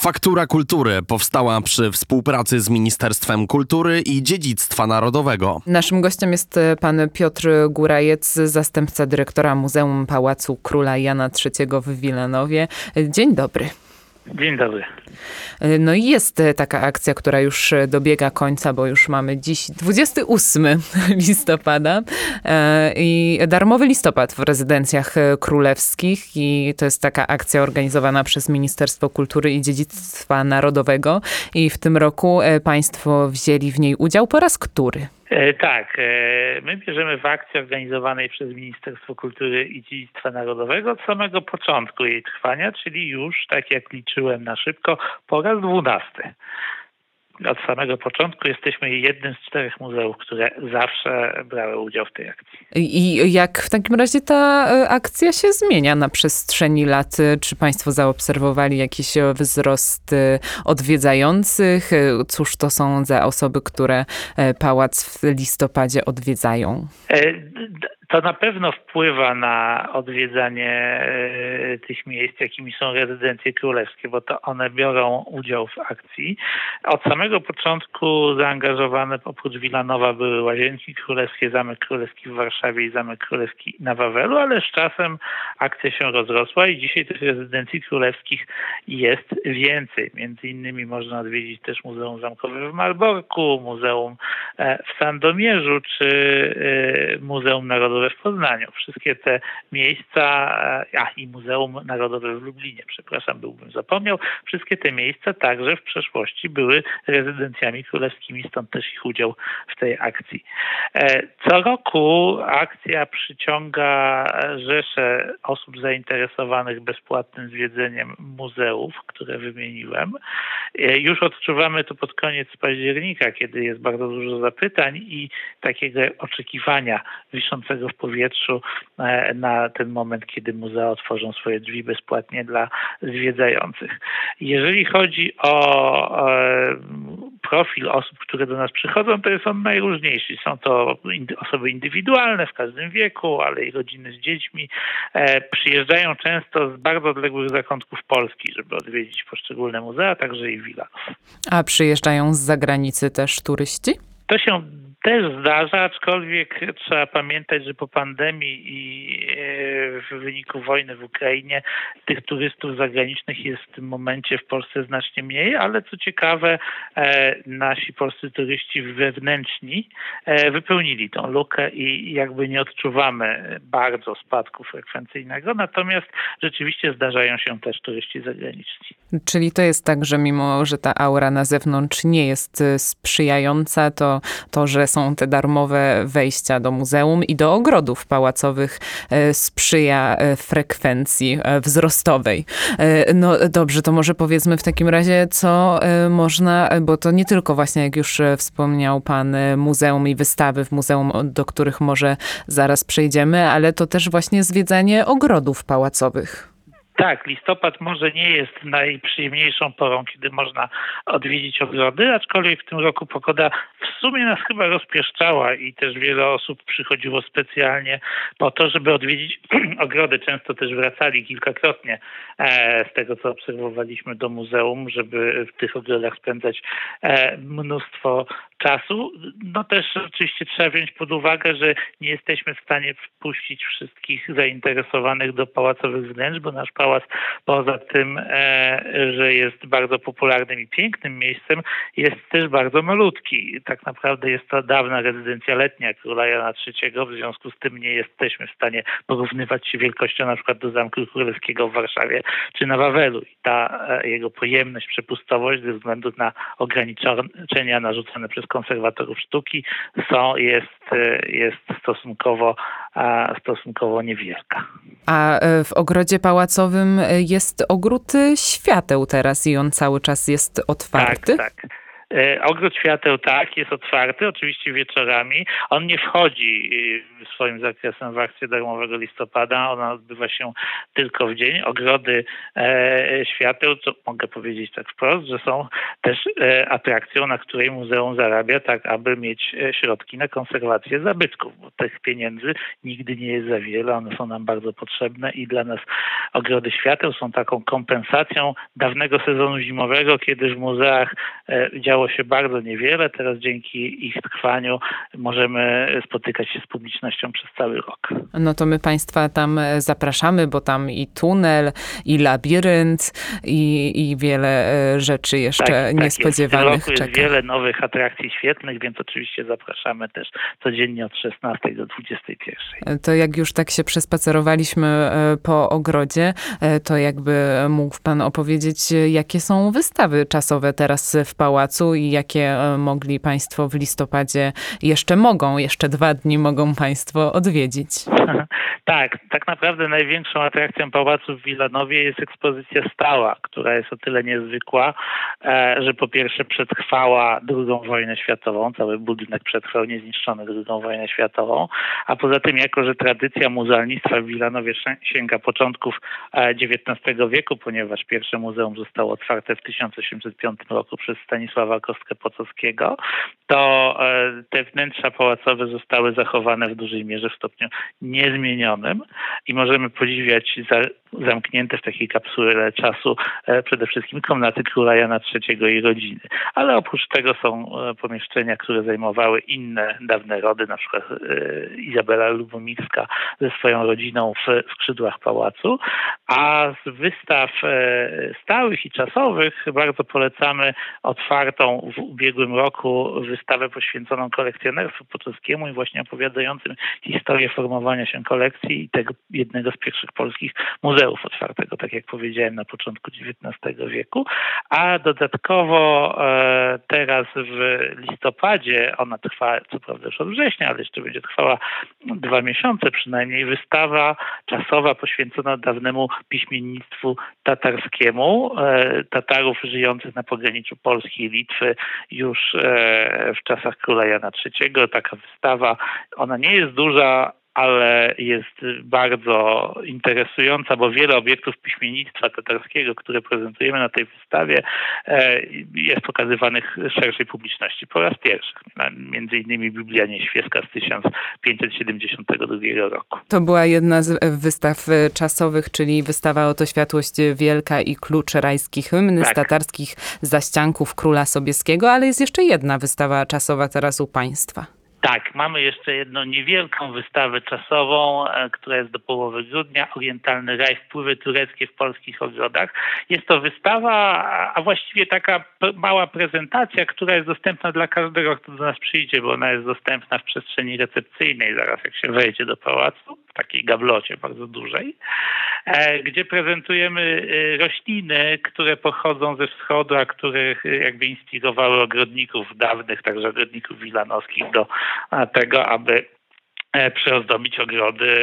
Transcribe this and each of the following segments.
Faktura Kultury powstała przy współpracy z Ministerstwem Kultury i Dziedzictwa Narodowego. Naszym gościem jest pan Piotr Górajec, zastępca dyrektora Muzeum Pałacu Króla Jana III w Wilanowie. Dzień dobry. Dzień dobry. No i jest taka akcja, która już dobiega końca, bo już mamy dziś 28 listopada i darmowy listopad w rezydencjach królewskich i to jest taka akcja organizowana przez Ministerstwo Kultury i Dziedzictwa Narodowego i w tym roku państwo wzięli w niej udział po raz który? Tak, my bierzemy w akcji organizowanej przez Ministerstwo Kultury i Dziedzictwa Narodowego od samego początku jej trwania, czyli już, tak jak liczyłem na szybko, po raz 12. Od samego początku jesteśmy jednym z 4 muzeów, które zawsze brały udział w tej akcji. I jak w takim razie ta akcja się zmienia na przestrzeni lat? Czy państwo zaobserwowali jakiś wzrost odwiedzających? Cóż to są za osoby, które pałac w listopadzie odwiedzają? To na pewno wpływa na odwiedzanie tych miejsc, jakimi są rezydencje królewskie, bo to one biorą udział w akcji. Od samego początku zaangażowane oprócz Wilanowa były Łazienki Królewskie, Zamek Królewski w Warszawie i Zamek Królewski na Wawelu, ale z czasem akcja się rozrosła i dzisiaj tych rezydencji królewskich jest więcej. Między innymi można odwiedzić też Muzeum Zamkowe w Malborku, Muzeum w Sandomierzu czy Muzeum Narodowe w Poznaniu. Wszystkie te miejsca, i Muzeum Narodowe w Lublinie, byłbym zapomniał, wszystkie te miejsca także w przeszłości były rezydencjami królewskimi, stąd też ich udział w tej akcji. Co roku akcja przyciąga rzesze osób zainteresowanych bezpłatnym zwiedzeniem muzeów, które wymieniłem. Już odczuwamy to pod koniec października, kiedy jest bardzo dużo zapytań i takiego oczekiwania wiszącego w powietrzu na ten moment, kiedy muzea otworzą swoje drzwi bezpłatnie dla zwiedzających. Jeżeli chodzi o profil osób, które do nas przychodzą, to jest on najróżniejszy. Są to osoby indywidualne w każdym wieku, ale i rodziny z dziećmi. Przyjeżdżają często z bardzo odległych zakątków Polski, żeby odwiedzić poszczególne muzea, także i Wilanów. A przyjeżdżają z zagranicy też turyści? To się też zdarza, aczkolwiek trzeba pamiętać, że po pandemii i w wyniku wojny w Ukrainie tych turystów zagranicznych jest w tym momencie w Polsce znacznie mniej, ale co ciekawe, nasi polscy turyści wewnętrzni wypełnili tą lukę i jakby nie odczuwamy bardzo spadku frekwencyjnego, natomiast rzeczywiście zdarzają się też turyści zagraniczni. Czyli to jest tak, że mimo, że ta aura na zewnątrz nie jest sprzyjająca, to że są te darmowe wejścia do muzeum i do ogrodów pałacowych sprzyja frekwencji wzrostowej. No dobrze, to może powiedzmy w takim razie, co można, bo to nie tylko właśnie, jak już wspomniał pan, muzeum i wystawy w muzeum, do których może zaraz przejdziemy, ale to też właśnie zwiedzanie ogrodów pałacowych. Tak, listopad może nie jest najprzyjemniejszą porą, kiedy można odwiedzić ogrody, aczkolwiek w tym roku pogoda w sumie nas chyba rozpieszczała i też wiele osób przychodziło specjalnie po to, żeby odwiedzić ogrody. Często też wracali kilkakrotnie z tego, co obserwowaliśmy do muzeum, żeby w tych ogrodach spędzać mnóstwo czasu. No też oczywiście trzeba wziąć pod uwagę, że nie jesteśmy w stanie wpuścić wszystkich zainteresowanych do pałacowych wnętrz, bo nasz pałac poza tym, że jest bardzo popularnym i pięknym miejscem, jest też bardzo malutki. Tak naprawdę jest to dawna rezydencja letnia króla Jana III, w związku z tym nie jesteśmy w stanie porównywać się wielkością na przykład do Zamku Królewskiego w Warszawie czy na Wawelu. I ta jego pojemność, przepustowość ze względu na ograniczenia narzucone przez konserwatorów sztuki jest stosunkowo niewielka. A w ogrodzie pałacowym jest ogród świateł teraz i on cały czas jest otwarty? Tak. Ogród Świateł tak, jest otwarty, oczywiście wieczorami. On nie wchodzi swoim zakresem w akcję darmowego listopada. Ona odbywa się tylko w dzień. Ogrody Świateł, to mogę powiedzieć tak wprost, że są też atrakcją, na której muzeum zarabia, tak aby mieć środki na konserwację zabytków, bo tych pieniędzy nigdy nie jest za wiele, one są nam bardzo potrzebne i dla nas Ogrody Świateł są taką kompensacją dawnego sezonu zimowego, kiedy w muzeach działo się bardzo niewiele. Teraz dzięki ich trwaniu możemy spotykać się z publicznością przez cały rok. No to my Państwa tam zapraszamy, bo tam i tunel, i labirynt, i wiele rzeczy jeszcze niespodziewanych jest. W tym roku czeka. Jest wiele nowych atrakcji świetnych, więc oczywiście zapraszamy też codziennie od 16 do 21. To jak już tak się przespacerowaliśmy po ogrodzie, to jakby mógł Pan opowiedzieć, jakie są wystawy czasowe teraz w pałacu i jakie mogli Państwo w listopadzie jeszcze 2 dni mogą Państwo odwiedzić. Tak naprawdę największą atrakcją pałacu w Wilanowie jest ekspozycja stała, która jest o tyle niezwykła, że po pierwsze przetrwała II wojnę światową, cały budynek przetrwał niezniszczony II wojnę światową, a poza tym jako, że tradycja muzealnictwa w Wilanowie sięga początków XIX wieku, ponieważ pierwsze muzeum zostało otwarte w 1805 roku przez Stanisława Kostkę-Potockiego, to te wnętrza pałacowe zostały zachowane w dużej mierze w stopniu niezmienionym i możemy podziwiać zamknięte w takiej kapsule czasu przede wszystkim komnaty króla Jana III i rodziny. Ale oprócz tego są pomieszczenia, które zajmowały inne dawne rody, na przykład Izabela Lubomirska ze swoją rodziną w skrzydłach pałacu. A z wystaw stałych i czasowych bardzo polecamy otwartą w ubiegłym roku wystawę poświęconą kolekcjonerstwu potockiemu i właśnie opowiadającym historię formowania się kolekcji i tego jednego z pierwszych polskich muzeów otwartego, tak jak powiedziałem, na początku XIX wieku. A dodatkowo teraz w listopadzie, ona trwa co prawda już od września, ale jeszcze będzie trwała 2 miesiące przynajmniej, wystawa czasowa poświęcona dawnemu piśmiennictwu tatarskiemu. Tatarów żyjących na pograniczu Polski i Litwy już w czasach króla Jana III. Taka wystawa, ona nie jest duża, ale jest bardzo interesująca, bo wiele obiektów piśmiennictwa tatarskiego, które prezentujemy na tej wystawie, jest pokazywanych szerszej publiczności po raz pierwszy. Między innymi Biblia Nieświeska z 1572 roku. To była jedna z wystaw czasowych, czyli wystawa Oto światłość wielka i klucz rajski hymny z tatarskich zaścianków króla Sobieskiego, ale jest jeszcze jedna wystawa czasowa teraz u Państwa. Tak, mamy jeszcze jedną niewielką wystawę czasową, która jest do połowy grudnia. Orientalny raj, wpływy tureckie w polskich ogrodach. Jest to wystawa, a właściwie taka mała prezentacja, która jest dostępna dla każdego, kto do nas przyjdzie, bo ona jest dostępna w przestrzeni recepcyjnej, zaraz jak się wejdzie do pałacu, w takiej gablocie bardzo dużej, gdzie prezentujemy rośliny, które pochodzą ze wschodu, a których jakby inspirowały ogrodników dawnych, także ogrodników wilanowskich do tego, aby przyozdobić ogrody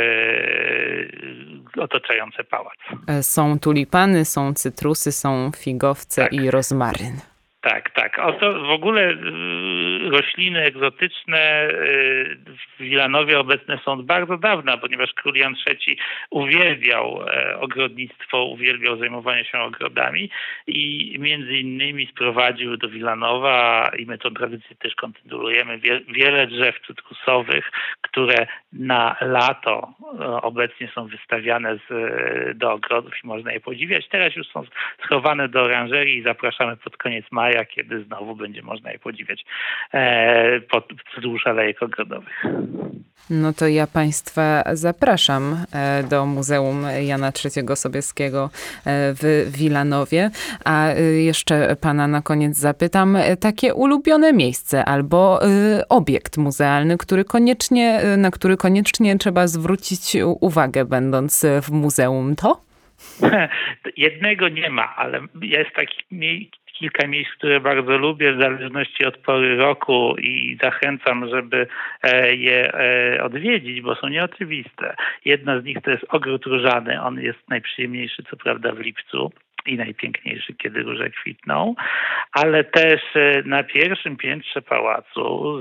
otaczające pałac. Są tulipany, są cytrusy, są figowce i rozmaryn. Tak. Oto w ogóle rośliny egzotyczne w Wilanowie obecne są od bardzo dawna, ponieważ król Jan III uwielbiał ogrodnictwo, uwielbiał zajmowanie się ogrodami i między innymi sprowadził do Wilanowa, i my tę tradycję też kontynuujemy, wiele drzew cytrusowych, które na lato obecnie są wystawiane do ogrodów i można je podziwiać. Teraz już są schowane do oranżerii i zapraszamy pod koniec maja, kiedy znowu będzie można je podziwiać wzdłuż alejek ogrodowych. No to ja Państwa zapraszam do Muzeum Jana III Sobieskiego w Wilanowie. A jeszcze Pana na koniec zapytam, takie ulubione miejsce albo obiekt muzealny, na który koniecznie trzeba zwrócić uwagę, będąc w muzeum, to? Jednego nie ma, ale jest kilka miejsc, które bardzo lubię w zależności od pory roku i zachęcam, żeby je odwiedzić, bo są nieoczywiste. Jedna z nich to jest Ogród Różany. On jest najprzyjemniejszy co prawda w lipcu, i najpiękniejszy, kiedy róże kwitną, ale też na pierwszym piętrze pałacu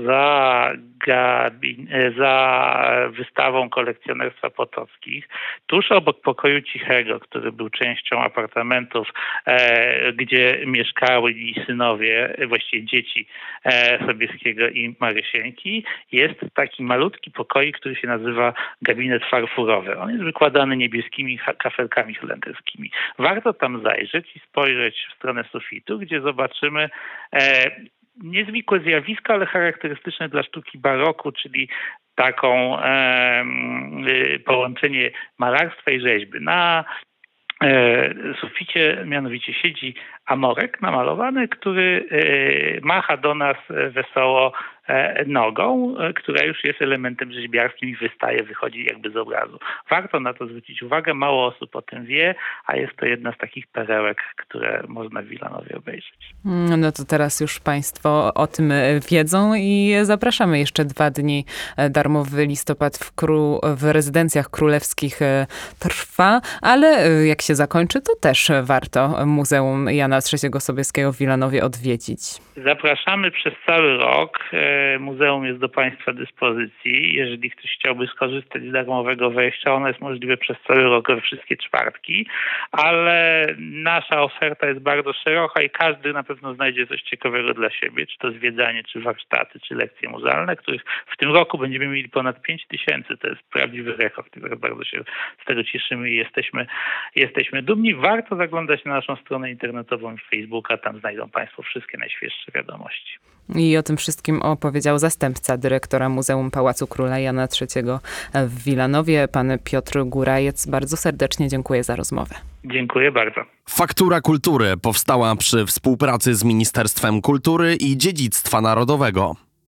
za wystawą kolekcjonerstwa Potockich, tuż obok pokoju Cichego, który był częścią apartamentów, gdzie mieszkały synowie, właściwie dzieci Sobieskiego i Marysieńki, jest taki malutki pokoik, który się nazywa gabinet farfurowy. On jest wykładany niebieskimi kafelkami holenderskimi. Warto tam zajrzeć i spojrzeć w stronę sufitu, gdzie zobaczymy niezwykłe zjawisko, ale charakterystyczne dla sztuki baroku, czyli taką połączenie malarstwa i rzeźby. Na suficie mianowicie siedzi Amorek namalowany, który macha do nas wesoło nogą, która już jest elementem rzeźbiarskim i wychodzi jakby z obrazu. Warto na to zwrócić uwagę, mało osób o tym wie, a jest to jedna z takich perełek, które można w Wilanowie obejrzeć. No to teraz już Państwo o tym wiedzą i zapraszamy. Jeszcze 2 dni darmowy listopad w rezydencjach królewskich trwa, ale jak się zakończy, to też warto Muzeum Jana III Sobieskiego w Wilanowie odwiedzić. Zapraszamy przez cały rok. Muzeum jest do Państwa dyspozycji. Jeżeli ktoś chciałby skorzystać z darmowego wejścia, ono jest możliwe przez cały rok we wszystkie czwartki, ale nasza oferta jest bardzo szeroka i każdy na pewno znajdzie coś ciekawego dla siebie, czy to zwiedzanie, czy warsztaty, czy lekcje muzealne, których w tym roku będziemy mieli ponad 5000. To jest prawdziwy rekord. Bardzo się z tego cieszymy i jesteśmy dumni. Warto zaglądać na naszą stronę internetową i Facebooka. Tam znajdą Państwo wszystkie najświeższe wiadomości. I o tym wszystkim opowiedział zastępca dyrektora Muzeum Pałacu Króla Jana III w Wilanowie, pan Piotr Górajec. Bardzo serdecznie dziękuję za rozmowę. Dziękuję bardzo. Faktura Kultury powstała przy współpracy z Ministerstwem Kultury i Dziedzictwa Narodowego.